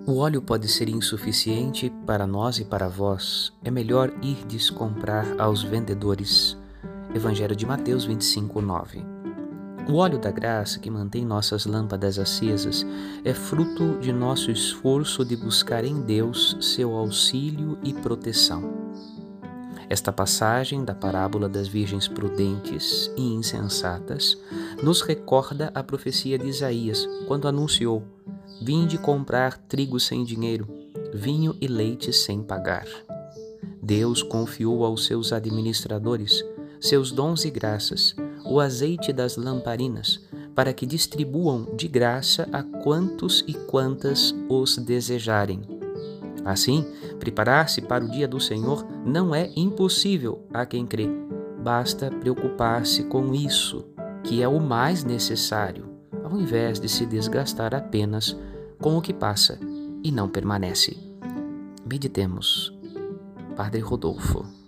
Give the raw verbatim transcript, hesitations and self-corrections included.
O óleo pode ser insuficiente para nós e para vós. É melhor irdes comprar aos vendedores. Evangelho de Mateus vinte e cinco, nove. O óleo da graça que mantém nossas lâmpadas acesas é fruto de nosso esforço de buscar em Deus seu auxílio e proteção. Esta passagem da parábola das virgens prudentes e insensatas nos recorda a profecia de Isaías, quando anunciou: vinde comprar trigo sem dinheiro, vinho e leite sem pagar. Deus confiou aos seus administradores seus dons e graças, o azeite das lamparinas, para que distribuam de graça a quantos e quantas os desejarem. Assim, preparar-se para o dia do Senhor não é impossível a quem crê. Basta preocupar-se com isso, que é o mais necessário, ao invés de se desgastar apenas com o que passa e não permanece. Meditemos. Padre Rodolfo.